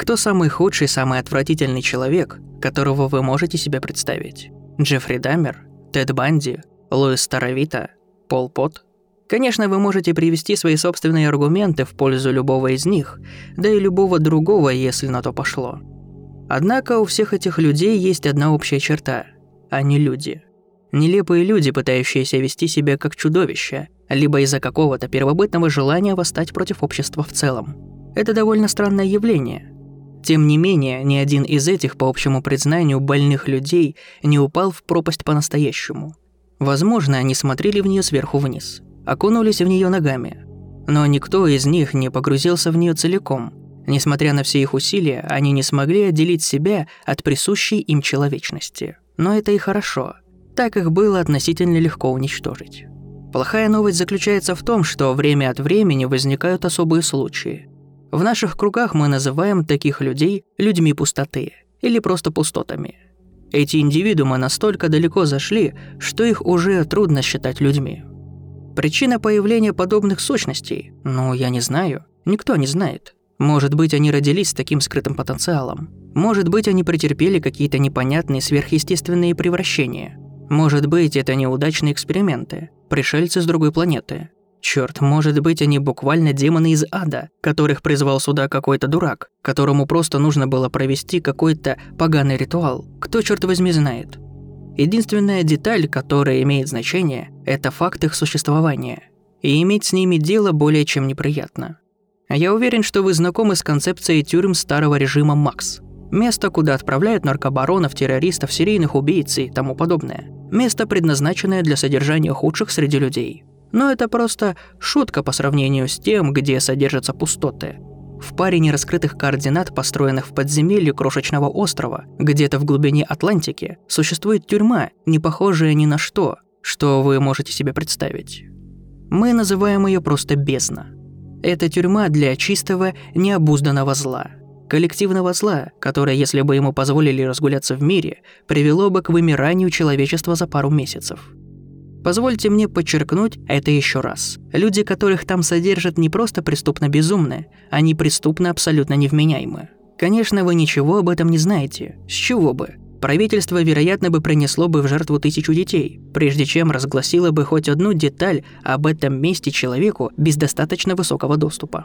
Кто самый худший, самый отвратительный человек, которого вы можете себе представить? Джеффри Даммер? Тед Банди? Луис Старовита? Пол Пот? Конечно, вы можете привести свои собственные аргументы в пользу любого из них, да и любого другого, если на то пошло. Однако у всех этих людей есть одна общая черта – они люди. Нелепые люди, пытающиеся вести себя как чудовища, либо из-за какого-то первобытного желания восстать против общества в целом. Это довольно странное явление. Тем не менее, ни один из этих, по общему признанию, больных людей не упал в пропасть по-настоящему. Возможно, они смотрели в нее сверху вниз, окунулись в нее ногами. Но никто из них не погрузился в нее целиком. Несмотря на все их усилия, они не смогли отделить себя от присущей им человечности. Но это и хорошо. Так их было относительно легко уничтожить. Плохая новость заключается в том, что время от времени возникают особые случаи. В наших кругах мы называем таких людей людьми пустоты или просто пустотами. Эти индивидуумы настолько далеко зашли, что их уже трудно считать людьми. Причина появления подобных сущностей? Я не знаю. Никто не знает. Может быть, они родились с таким скрытым потенциалом. Может быть, они претерпели какие-то непонятные сверхъестественные превращения. Может быть, это неудачные эксперименты, пришельцы с другой планеты. Черт, может быть, они буквально демоны из ада, которых призвал сюда какой-то дурак, которому просто нужно было провести какой-то поганый ритуал. Кто, черт возьми, знает? Единственная деталь, которая имеет значение, это факт их существования. И иметь с ними дело более чем неприятно. Я уверен, что вы знакомы с концепцией тюрем старого режима МАКС. Место, куда отправляют наркобаронов, террористов, серийных убийц и тому подобное. Место, предназначенное для содержания худших среди людей. Но это просто шутка по сравнению с тем, где содержатся пустоты. В паре нераскрытых координат, построенных в подземелье крошечного острова, где-то в глубине Атлантики, существует тюрьма, не похожая ни на что, что вы можете себе представить. Мы называем ее просто бездна. Это тюрьма для чистого, необузданного зла. Коллективного зла, которое, если бы ему позволили разгуляться в мире, привело бы к вымиранию человечества за пару месяцев. Позвольте мне подчеркнуть это еще раз. Люди, которых там содержат, не просто преступно безумны, они преступно абсолютно невменяемы. Конечно, вы ничего об этом не знаете. С чего бы? Правительство, вероятно, бы принесло бы в жертву 1000 детей, прежде чем разгласило бы хоть одну деталь об этом месте человеку без достаточно высокого доступа.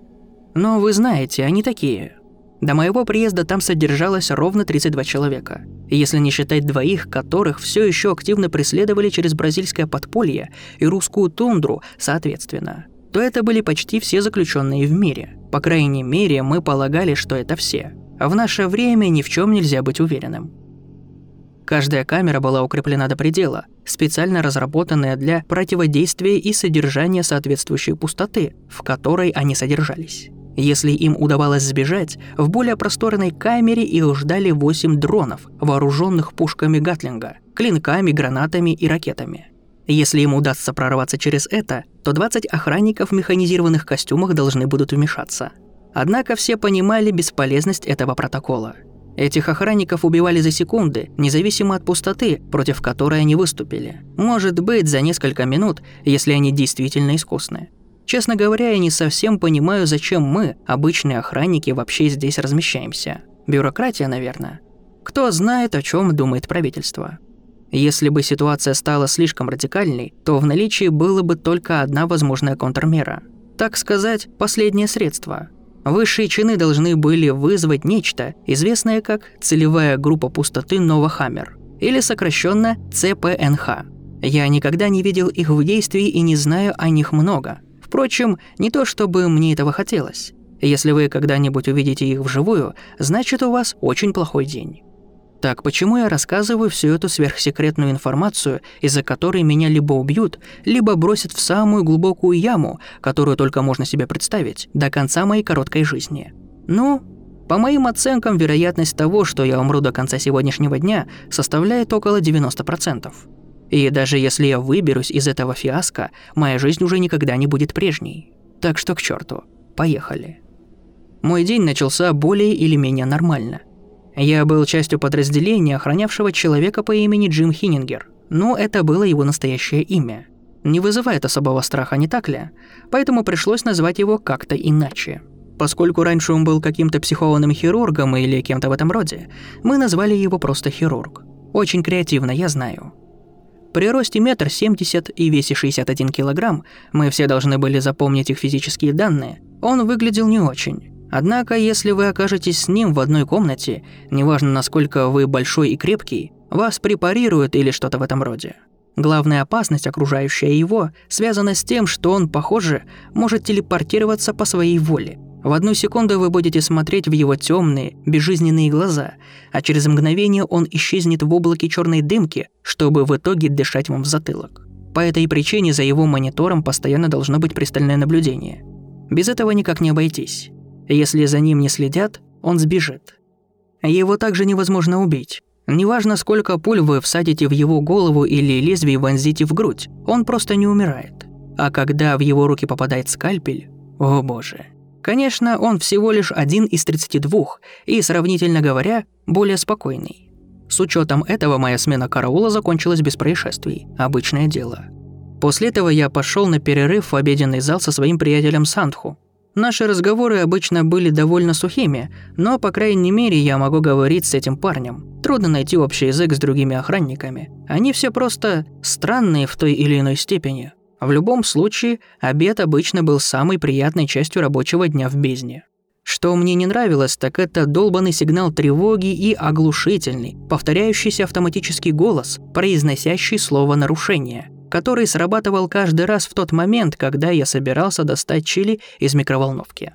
Но вы знаете, они такие. До моего приезда там содержалось ровно 32 человека, если не считать двоих, которых все еще активно преследовали через бразильское подполье и русскую тундру соответственно, то это были почти все заключенные в мире. По крайней мере, мы полагали, что это все. А в наше время ни в чем нельзя быть уверенным. Каждая камера была укреплена до предела, специально разработанная для противодействия и содержания соответствующей пустоты, в которой они содержались. Если им удавалось сбежать, в более просторной камере их ждали 8 дронов, вооруженных пушками Гатлинга, клинками, гранатами и ракетами. Если им удастся прорваться через это, то 20 охранников в механизированных костюмах должны будут вмешаться. Однако все понимали бесполезность этого протокола. Этих охранников убивали за секунды, независимо от пустоты, против которой они выступили. Может быть, за несколько минут, если они действительно искусны. Честно говоря, я не совсем понимаю, зачем мы, обычные охранники, вообще здесь размещаемся. Бюрократия, наверное. Кто знает, о чем думает правительство. Если бы ситуация стала слишком радикальной, то в наличии было бы только одна возможная контрмера. Так сказать, последнее средство. Высшие чины должны были вызвать нечто, известное как «Целевая группа пустоты Новохаммер» или сокращенно ЦПНХ. Я никогда не видел их в действии и не знаю о них много. Впрочем, не то чтобы мне этого хотелось. Если вы когда-нибудь увидите их вживую, значит, у вас очень плохой день. Так почему я рассказываю всю эту сверхсекретную информацию, из-за которой меня либо убьют, либо бросят в самую глубокую яму, которую только можно себе представить, до конца моей короткой жизни? По моим оценкам, вероятность того, что я умру до конца сегодняшнего дня, составляет около 90%. И даже если я выберусь из этого фиаско, моя жизнь уже никогда не будет прежней. Так что к черту, поехали. Мой день начался более или менее нормально. Я был частью подразделения, охранявшего человека по имени Джим Хиннингер, но это было его настоящее имя. Не вызывает особого страха, не так ли? Поэтому пришлось назвать его как-то иначе. Поскольку раньше он был каким-то психованным хирургом или кем-то в этом роде, мы назвали его просто хирург. Очень креативно, я знаю. При росте 1,70 м и весе 61 килограмм, мы все должны были запомнить их физические данные, он выглядел не очень. Однако, если вы окажетесь с ним в одной комнате, неважно насколько вы большой и крепкий, вас препарируют или что-то в этом роде. Главная опасность, окружающая его, связана с тем, что он, похоже, может телепортироваться по своей воле. В одну секунду вы будете смотреть в его темные, безжизненные глаза, а через мгновение он исчезнет в облаке черной дымки, чтобы в итоге дышать вам в затылок. По этой причине за его монитором постоянно должно быть пристальное наблюдение. Без этого никак не обойтись. Если за ним не следят, он сбежит. Его также невозможно убить. Неважно, сколько пуль вы всадите в его голову или лезвие вонзите в грудь, он просто не умирает. А когда в его руки попадает скальпель, о боже. Конечно, он всего лишь один из 32 и, сравнительно говоря, более спокойный. С учетом этого моя смена караула закончилась без происшествий. Обычное дело. После этого я пошел на перерыв в обеденный зал со своим приятелем Сандху. Наши разговоры обычно были довольно сухими, но, по крайней мере, я могу говорить с этим парнем. Трудно найти общий язык с другими охранниками. Они все просто странные в той или иной степени. В любом случае, обед обычно был самой приятной частью рабочего дня в бездне. Что мне не нравилось, так это долбанный сигнал тревоги и оглушительный, повторяющийся автоматический голос, произносящий слово «нарушение», который срабатывал каждый раз в тот момент, когда я собирался достать чили из микроволновки.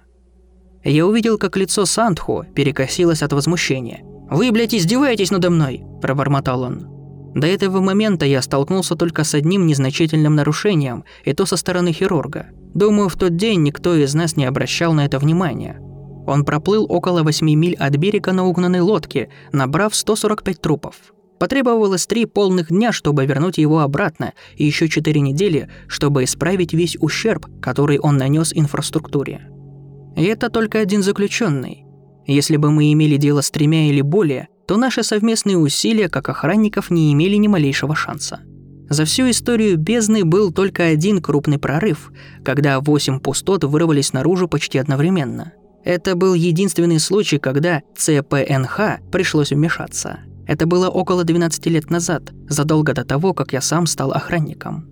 Я увидел, как лицо Сандху перекосилось от возмущения. «Вы, блядь, издеваетесь надо мной!» – пробормотал он. До этого момента я столкнулся только с одним незначительным нарушением, и то со стороны хирурга. Думаю, в тот день никто из нас не обращал на это внимания. Он проплыл около 8 миль от берега на угнанной лодке, набрав 145 трупов. Потребовалось 3 полных дня, чтобы вернуть его обратно, и еще 4 недели, чтобы исправить весь ущерб, который он нанес инфраструктуре. И это только один заключенный. Если бы мы имели дело с 3 или более, то наши совместные усилия как охранников не имели ни малейшего шанса. За всю историю бездны был только один крупный прорыв, когда 8 пустот вырвались наружу почти одновременно. Это был единственный случай, когда ЦПНХ пришлось вмешаться. Это было около 12 лет назад, задолго до того, как я сам стал охранником.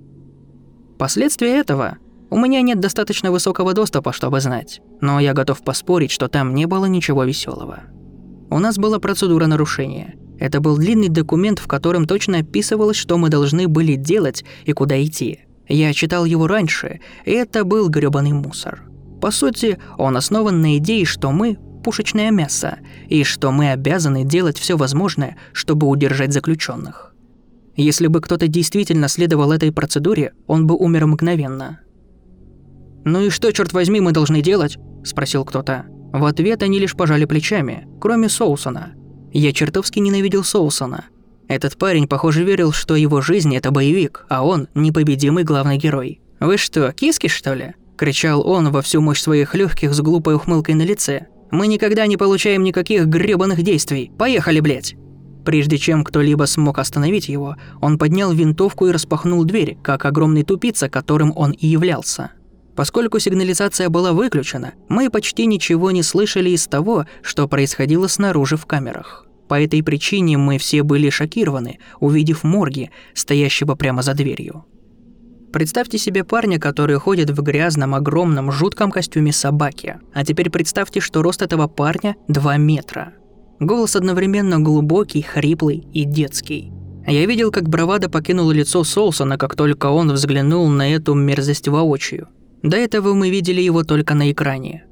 Последствия этого у меня нет достаточно высокого доступа, чтобы знать, но я готов поспорить, что там не было ничего веселого. У нас была процедура нарушения. Это был длинный документ, в котором точно описывалось, что мы должны были делать и куда идти. Я читал его раньше, и это был грёбаный мусор. По сути, он основан на идее, что мы – пушечное мясо, и что мы обязаны делать все возможное, чтобы удержать заключенных. Если бы кто-то действительно следовал этой процедуре, он бы умер мгновенно. «Ну и что, черт возьми, мы должны делать?» – спросил кто-то. В ответ они лишь пожали плечами, кроме Соусона. Я чертовски ненавидел Соусона. Этот парень, похоже, верил, что его жизнь – это боевик, а он – непобедимый главный герой. «Вы что, киски, что ли?» – кричал он во всю мощь своих легких с глупой ухмылкой на лице. «Мы никогда не получаем никаких грёбаных действий. Поехали, блядь!» Прежде чем кто-либо смог остановить его, он поднял винтовку и распахнул дверь, как огромный тупица, которым он и являлся. Поскольку сигнализация была выключена, мы почти ничего не слышали из того, что происходило снаружи в камерах. По этой причине мы все были шокированы, увидев Морги, стоящего прямо за дверью. Представьте себе парня, который ходит в грязном, огромном, жутком костюме собаки. А теперь представьте, что рост этого парня 2 метра. Голос одновременно глубокий, хриплый и детский. Я видел, как бравада покинула лицо Соусона, как только он взглянул на эту мерзость воочию. До этого мы видели его только на экране.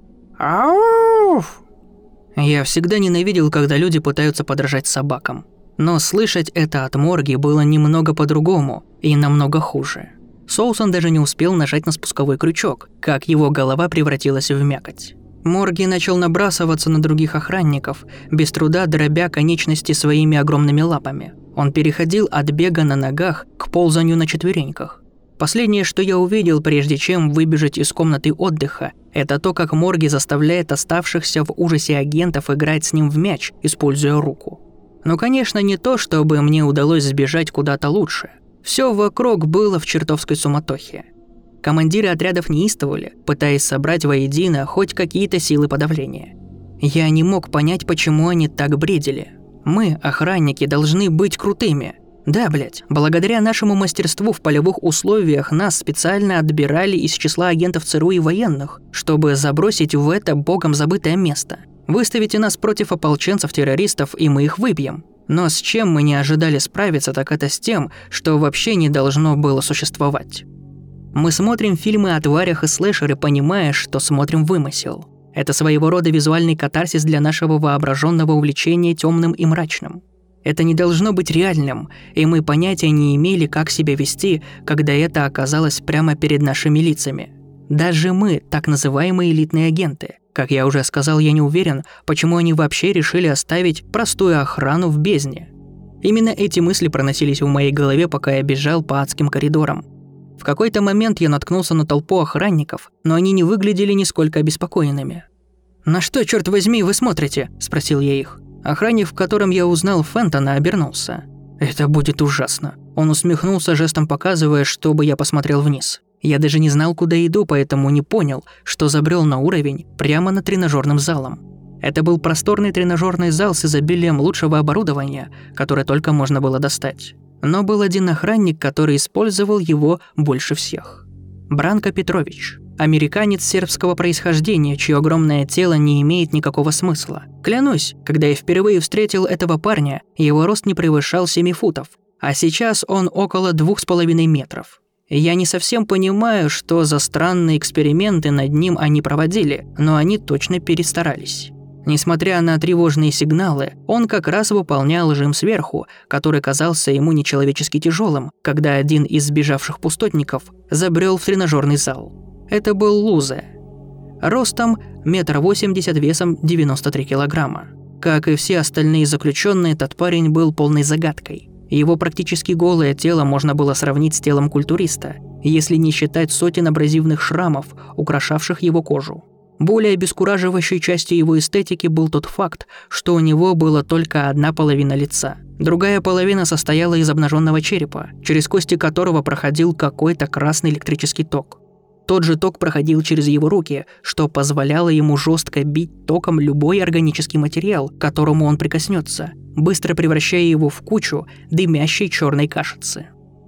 Ауф! Я всегда ненавидел, когда люди пытаются подражать собакам. Но слышать это от Морги было немного по-другому и намного хуже. Соусон даже не успел нажать на спусковой крючок, как его голова превратилась в мякоть. Морги начал набрасываться на других охранников, без труда дробя конечности своими огромными лапами. Он переходил от бега на ногах к ползанию на четвереньках. Последнее, что я увидел, прежде чем выбежать из комнаты отдыха, это то, как Морги заставляет оставшихся в ужасе агентов играть с ним в мяч, используя руку. Но, конечно, не то, чтобы мне удалось сбежать куда-то лучше. Все вокруг было в чертовской суматохе. Командиры отрядов неистовали, пытаясь собрать воедино хоть какие-то силы подавления. Я не мог понять, почему они так бредили. Мы, охранники, должны быть крутыми. Да, блядь, благодаря нашему мастерству в полевых условиях нас специально отбирали из числа агентов ЦРУ и военных, чтобы забросить в это богом забытое место. Выставите нас против ополченцев-террористов, и мы их выбьем. Но с чем мы не ожидали справиться, так это с тем, что вообще не должно было существовать. Мы смотрим фильмы о тварях и слэшеры, понимая, что смотрим вымысел. Это своего рода визуальный катарсис для нашего воображенного увлечения темным и мрачным. Это не должно быть реальным, и мы понятия не имели, как себя вести, когда это оказалось прямо перед нашими лицами. Даже мы, так называемые элитные агенты. Как я уже сказал, я не уверен, почему они вообще решили оставить простую охрану в бездне. Именно эти мысли проносились в моей голове, пока я бежал по адским коридорам. В какой-то момент я наткнулся на толпу охранников, но они не выглядели нисколько обеспокоенными. «На что, черт возьми, вы смотрите?» – спросил я их. Охранник, в котором я узнал Фентона, обернулся. «Это будет ужасно». Он усмехнулся, жестом показывая, чтобы я посмотрел вниз. Я даже не знал, куда иду, поэтому не понял, что забрел на уровень прямо над тренажерным залом. Это был просторный тренажерный зал с изобилием лучшего оборудования, которое только можно было достать. Но был один охранник, который использовал его больше всех. Бранко Петрович. Американец сербского происхождения, чье огромное тело не имеет никакого смысла. Клянусь, когда я впервые встретил этого парня, его рост не превышал 7 футов, а сейчас он около 2,5 метров. Я не совсем понимаю, что за странные эксперименты над ним они проводили, но они точно перестарались. Несмотря на тревожные сигналы, он как раз выполнял жим сверху, который казался ему нечеловечески тяжелым, когда один из сбежавших пустотников забрел в тренажерный зал. Это был Лузе. Ростом 1,80 м, весом 93 килограмма. Как и все остальные заключенные, этот парень был полной загадкой. Его практически голое тело можно было сравнить с телом культуриста, если не считать сотен абразивных шрамов, украшавших его кожу. Более обескураживающей частью его эстетики был тот факт, что у него была только одна половина лица. Другая половина состояла из обнаженного черепа, через кости которого проходил какой-то красный электрический ток. Тот же ток проходил через его руки, что позволяло ему жестко бить током любой органический материал, к которому он прикоснется, быстро превращая его в кучу дымящей черной кашицы.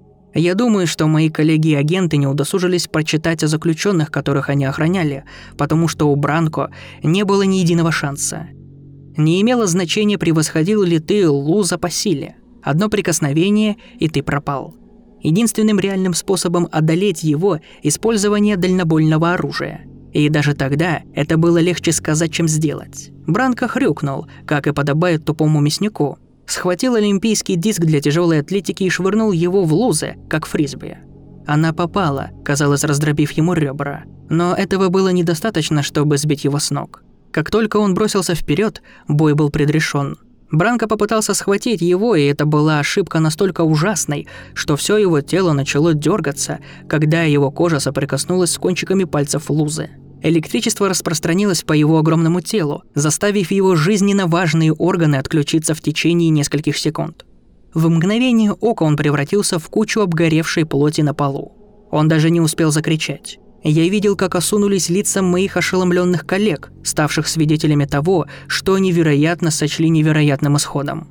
Я думаю, что мои коллеги и агенты не удосужились прочитать о заключенных, которых они охраняли, потому что у Бранко не было ни единого шанса. Не имело значения, превосходил ли ты Луза по силе. Одно прикосновение, и ты пропал. Единственным реальным способом одолеть его – использование дальнобойного оружия. И даже тогда это было легче сказать, чем сделать. Бранко хрюкнул, как и подобает тупому мяснику. Схватил олимпийский диск для тяжелой атлетики и швырнул его в Лузе, как фрисби. Она попала, казалось, раздробив ему ребра. Но этого было недостаточно, чтобы сбить его с ног. Как только он бросился вперед, бой был предрешен. Бранко попытался схватить его, и это была ошибка настолько ужасной, что все его тело начало дергаться, когда его кожа соприкоснулась с кончиками пальцев Лузы. Электричество распространилось по его огромному телу, заставив его жизненно важные органы отключиться в течение нескольких секунд. В мгновение ока он превратился в кучу обгоревшей плоти на полу. Он даже не успел закричать. Я видел, как осунулись лица моих ошеломленных коллег, ставших свидетелями того, что они, вероятно, сочли невероятным исходом.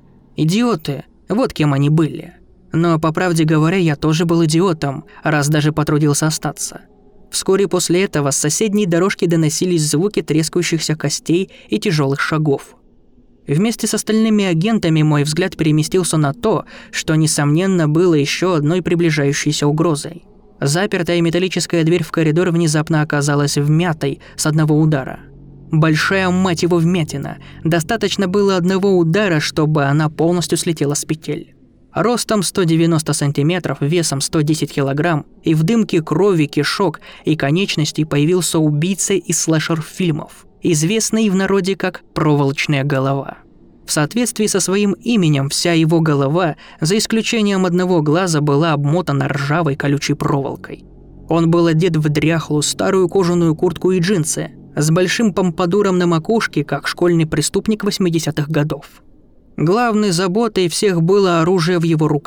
Идиоты, вот кем они были. Но, по правде говоря, я тоже был идиотом, раз даже потрудился остаться. Вскоре после этого с соседней дорожки доносились звуки трескающихся костей и тяжелых шагов. Вместе с остальными агентами мой взгляд переместился на то, что, несомненно, было еще одной приближающейся угрозой. Запертая металлическая дверь в коридор внезапно оказалась вмятой с одного удара. Большая, мать его, вмятина. Достаточно было одного удара, чтобы она полностью слетела с петель. Ростом 190 сантиметров, весом 110 килограмм, и в дымке крови, кишок и конечностей появился убийца из слэшер-фильмов, известный в народе как «проволочная голова». В соответствии со своим именем, вся его голова, за исключением одного глаза, была обмотана ржавой колючей проволокой. Он был одет в дряхлую старую кожаную куртку и джинсы, с большим помпадуром на макушке, как школьный преступник 80-х годов. Главной заботой всех было оружие в его руках.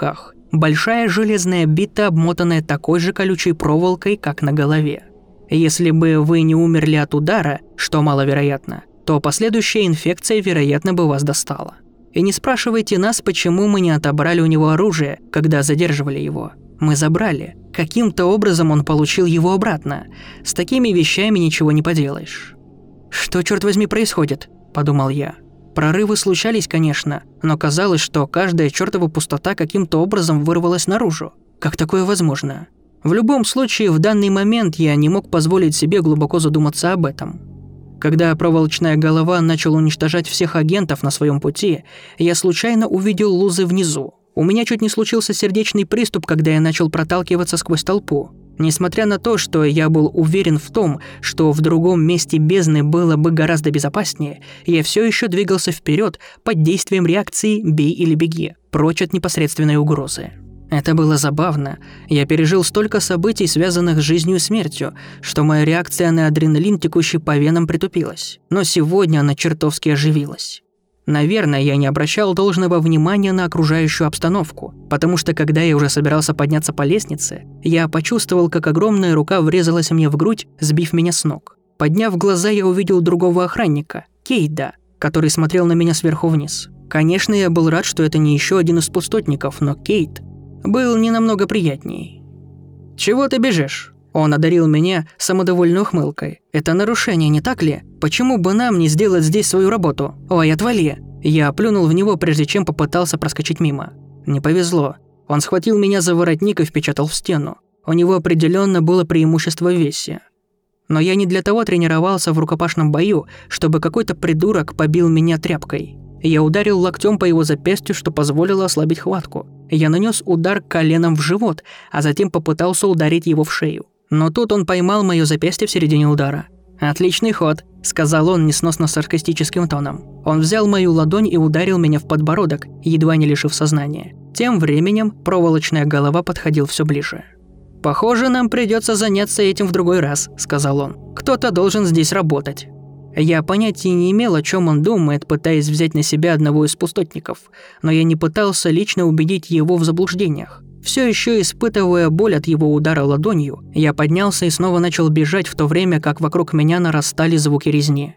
большая железная бита, обмотанная такой же колючей проволокой, как на голове. Если бы вы не умерли от удара, что маловероятно, то последующая инфекция, вероятно, бы вас достала. И не спрашивайте нас, почему мы не отобрали у него оружие, когда задерживали его. Мы забрали. Каким-то образом он получил его обратно. С такими вещами ничего не поделаешь. «Что, черт возьми, происходит?» – подумал я. Прорывы случались, конечно, но казалось, что каждая чертова пустота каким-то образом вырвалась наружу. Как такое возможно? В любом случае, в данный момент я не мог позволить себе глубоко задуматься об этом. Когда проволочная голова начала уничтожать всех агентов на своем пути, я случайно увидел лузы внизу. У меня чуть не случился сердечный приступ, когда я начал проталкиваться сквозь толпу. Несмотря на то, что я был уверен в том, что в другом месте бездны было бы гораздо безопаснее, я все еще двигался вперед под действием реакции «бей или беги», прочь от непосредственной угрозы. Это было забавно. Я пережил столько событий, связанных с жизнью и смертью, что моя реакция на адреналин, текущий по венам, притупилась. Но сегодня она чертовски оживилась. Наверное, я не обращал должного внимания на окружающую обстановку, потому что когда я уже собирался подняться по лестнице, я почувствовал, как огромная рука врезалась мне в грудь, сбив меня с ног. Подняв глаза, я увидел другого охранника, Кейда, который смотрел на меня сверху вниз. Конечно, я был рад, что это не еще один из пустотников, но Кейд был не намного приятней. «Чего ты бежишь?» Он одарил меня самодовольной ухмылкой. «Это нарушение, не так ли? Почему бы нам не сделать здесь свою работу? Ой, отвали!» Я плюнул в него, прежде чем попытался проскочить мимо. Не повезло. Он схватил меня за воротник и впечатал в стену. У него определенно было преимущество в весе. Но я не для того тренировался в рукопашном бою, чтобы какой-то придурок побил меня тряпкой. Я ударил локтем по его запястью, что позволило ослабить хватку. Я нанес удар коленом в живот, а затем попытался ударить его в шею. Но тут он поймал моё запястье в середине удара. «Отличный ход», – сказал он несносно саркастическим тоном. Он взял мою ладонь и ударил меня в подбородок, едва не лишив сознания. Тем временем проволочная голова подходил все ближе. «Похоже, нам придется заняться этим в другой раз», – сказал он. «Кто-то должен здесь работать». Я понятия не имел, о чем он думает, пытаясь взять на себя одного из пустотников, но я не пытался лично убедить его в заблуждениях. Все еще испытывая боль от его удара ладонью, я поднялся и снова начал бежать, в то время как вокруг меня нарастали звуки резни.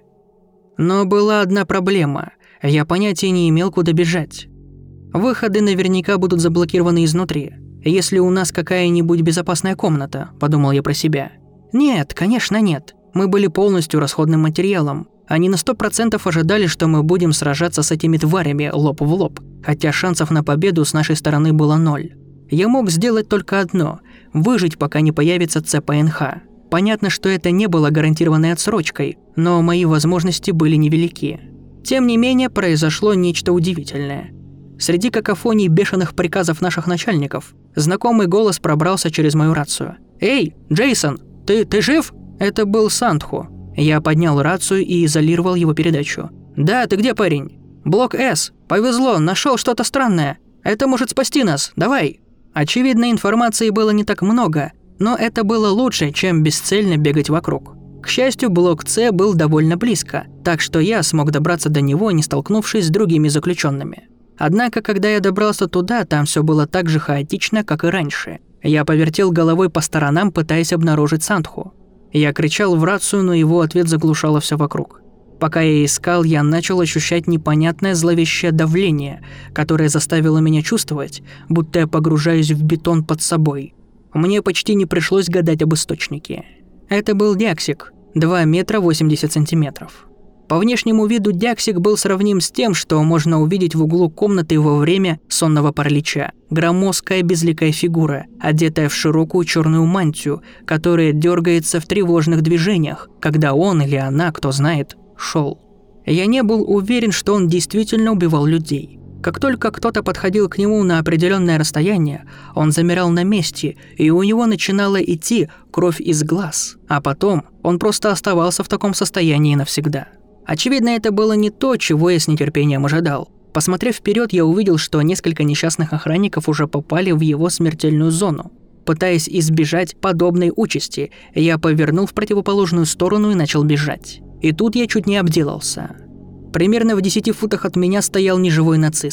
Но была одна проблема. Я понятия не имел, куда бежать. Выходы наверняка будут заблокированы изнутри. Если у нас какая-нибудь безопасная комната, подумал я про себя. Нет, конечно нет. Мы были полностью расходным материалом. Они на 100% ожидали, что мы будем сражаться с этими тварями лоб в лоб, хотя шансов на победу с нашей стороны было 0. Я мог сделать только одно – выжить, пока не появится ЦПНХ. Понятно, что это не было гарантированной отсрочкой, но мои возможности были невелики. Тем не менее, произошло нечто удивительное. Среди какофоний бешеных приказов наших начальников, знакомый голос пробрался через мою рацию. «Эй, Джейсон, ты жив?» Это был Сандху. Я поднял рацию и изолировал его передачу. «Да, ты где, парень?» «Блок С. Повезло, нашел что-то странное. Это может спасти нас. Давай!» Очевидно, информации было не так много, но это было лучше, чем бесцельно бегать вокруг. К счастью, блок С был довольно близко, так что я смог добраться до него, не столкнувшись с другими заключенными. Однако, когда я добрался туда, там все было так же хаотично, как и раньше. Я повертел головой по сторонам, пытаясь обнаружить Сандху. Я кричал в рацию, но его ответ заглушало все вокруг. Пока я искал, я начал ощущать непонятное зловещее давление, которое заставило меня чувствовать, будто я погружаюсь в бетон под собой. Мне почти не пришлось гадать об источнике. Это был Дяксик, 2 метра 80 сантиметров. По внешнему виду Дяксик был сравним с тем, что можно увидеть в углу комнаты во время сонного паралича. Громоздкая безликая фигура, одетая в широкую черную мантию, которая дергается в тревожных движениях, когда он или она, кто знает, шел. Я не был уверен, что он действительно убивал людей. Как только кто-то подходил к нему на определенное расстояние, он замирал на месте, и у него начинала идти кровь из глаз, а потом он просто оставался в таком состоянии навсегда. Очевидно, это было не то, чего я с нетерпением ожидал. Посмотрев вперед, я увидел, что несколько несчастных охранников уже попали в его смертельную зону. Пытаясь избежать подобной участи, я повернул в противоположную сторону и начал бежать. И тут я чуть не обделался. Примерно в 10 футах от меня стоял неживой нацист.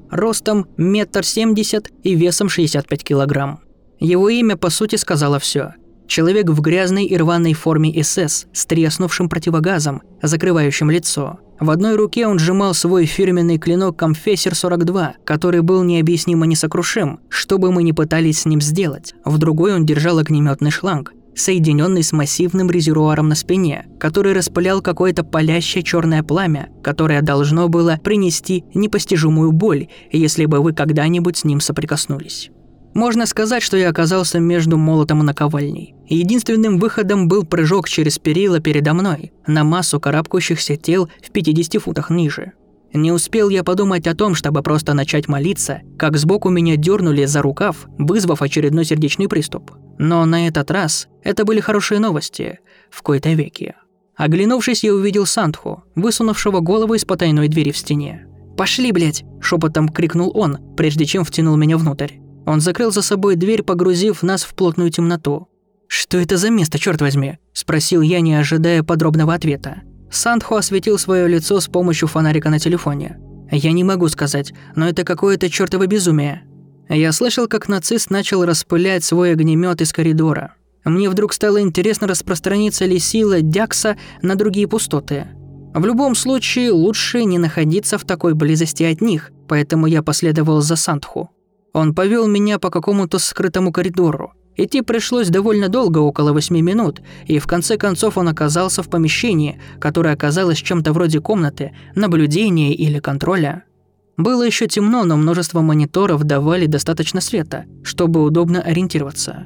ростом 1,70 м и весом 65 килограмм. Его имя, по сути, сказало все. Человек в грязной и рваной форме СС с треснувшим противогазом, закрывающим лицо. В одной руке он сжимал свой фирменный клинок Комфессор-42, который был необъяснимо несокрушим, что бы мы ни пытались с ним сделать. В другой он держал огнеметный шланг, соединенный с массивным резервуаром на спине, который распылял какое-то палящее черное пламя, которое должно было принести непостижимую боль, если бы вы когда-нибудь с ним соприкоснулись. Можно сказать, что я оказался между молотом и наковальней. Единственным выходом был прыжок через перила передо мной, на массу карабкающихся тел в 50 футах ниже. Не успел я подумать о том, чтобы просто начать молиться, как сбоку меня дернули за рукав, вызвав очередной сердечный приступ. Но на этот раз это были хорошие новости, в кои-то веки. Оглянувшись, я увидел Сандху, высунувшего голову из потайной двери в стене. «Пошли, блядь!» – шепотом крикнул он, прежде чем втянул меня внутрь. Он закрыл за собой дверь, погрузив нас в плотную темноту. «Что это за место, черт возьми?» – спросил я, не ожидая подробного ответа. Сандху осветил свое лицо с помощью фонарика на телефоне. «Я не могу сказать, но это какое-то чертово безумие». Я слышал, как нацист начал распылять свой огнемет из коридора. Мне вдруг стало интересно, распространится ли сила Дякса на другие пустоты. В любом случае, лучше не находиться в такой близости от них, поэтому я последовал за Сандху. Он повел меня по какому-то скрытому коридору. Идти пришлось довольно долго, около 8 минут, и в конце концов он оказался в помещении, которое оказалось чем-то вроде комнаты, наблюдения или контроля. Было еще темно, но множество мониторов давали достаточно света, чтобы удобно ориентироваться.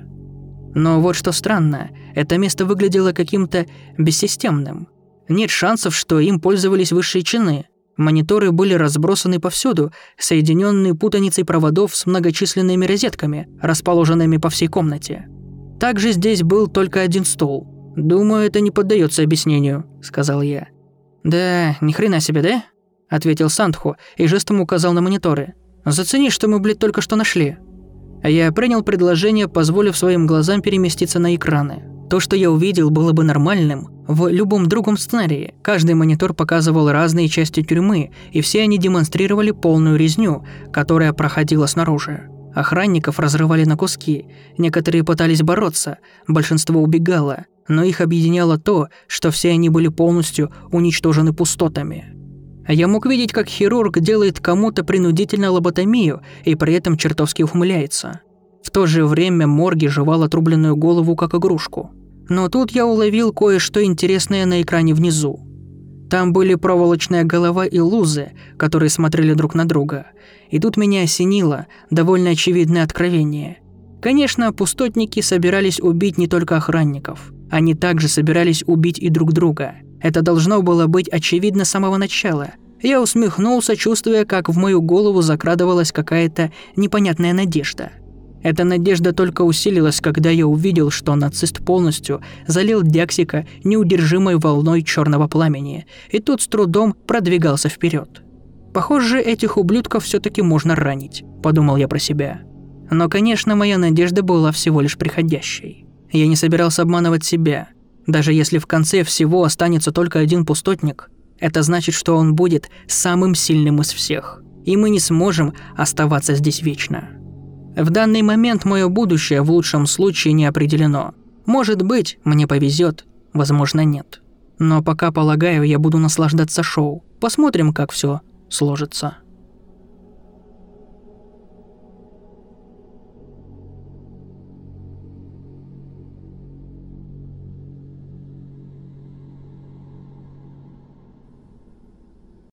Но вот что странно, это место выглядело каким-то бессистемным. Нет шансов, что им пользовались высшие чины. Мониторы были разбросаны повсюду, соединенные путаницей проводов с многочисленными розетками, расположенными по всей комнате. Также здесь был только один стол. «Думаю, это не поддается объяснению», – сказал я. «Да, ни хрена себе, да?» – ответил Сандху и жестом указал на мониторы. «Зацени, что мы, блядь, только что нашли». Я принял предложение, позволив своим глазам переместиться на экраны. То, что я увидел, было бы нормальным в любом другом сценарии. Каждый монитор показывал разные части тюрьмы, и все они демонстрировали полную резню, которая проходила снаружи. Охранников разрывали на куски, некоторые пытались бороться, большинство убегало, но их объединяло то, что все они были полностью уничтожены пустотами. Я мог видеть, как хирург делает кому-то принудительно лоботомию и при этом чертовски ухмыляется. В то же время Морги жевал отрубленную голову как игрушку. Но тут я уловил кое-что интересное на экране внизу. Там были проволочная голова и Лузы, которые смотрели друг на друга. И тут меня осенило довольно очевидное откровение. Конечно, пустотники собирались убить не только охранников. Они также собирались убить и друг друга. Это должно было быть очевидно с самого начала. Я усмехнулся, чувствуя, как в мою голову закрадывалась какая-то непонятная надежда. Эта надежда только усилилась, когда я увидел, что нацист полностью залил Дяксика неудержимой волной черного пламени, и тот с трудом продвигался вперед. «Похоже, этих ублюдков все-таки можно ранить», – подумал я про себя. Но, конечно, моя надежда была всего лишь приходящей. Я не собирался обманывать себя. Даже если в конце всего останется только один пустотник, это значит, что он будет самым сильным из всех, и мы не сможем оставаться здесь вечно. В данный момент мое будущее в лучшем случае не определено. Может быть, мне повезет, возможно, нет. Но пока, полагаю, я буду наслаждаться шоу. Посмотрим, как все сложится.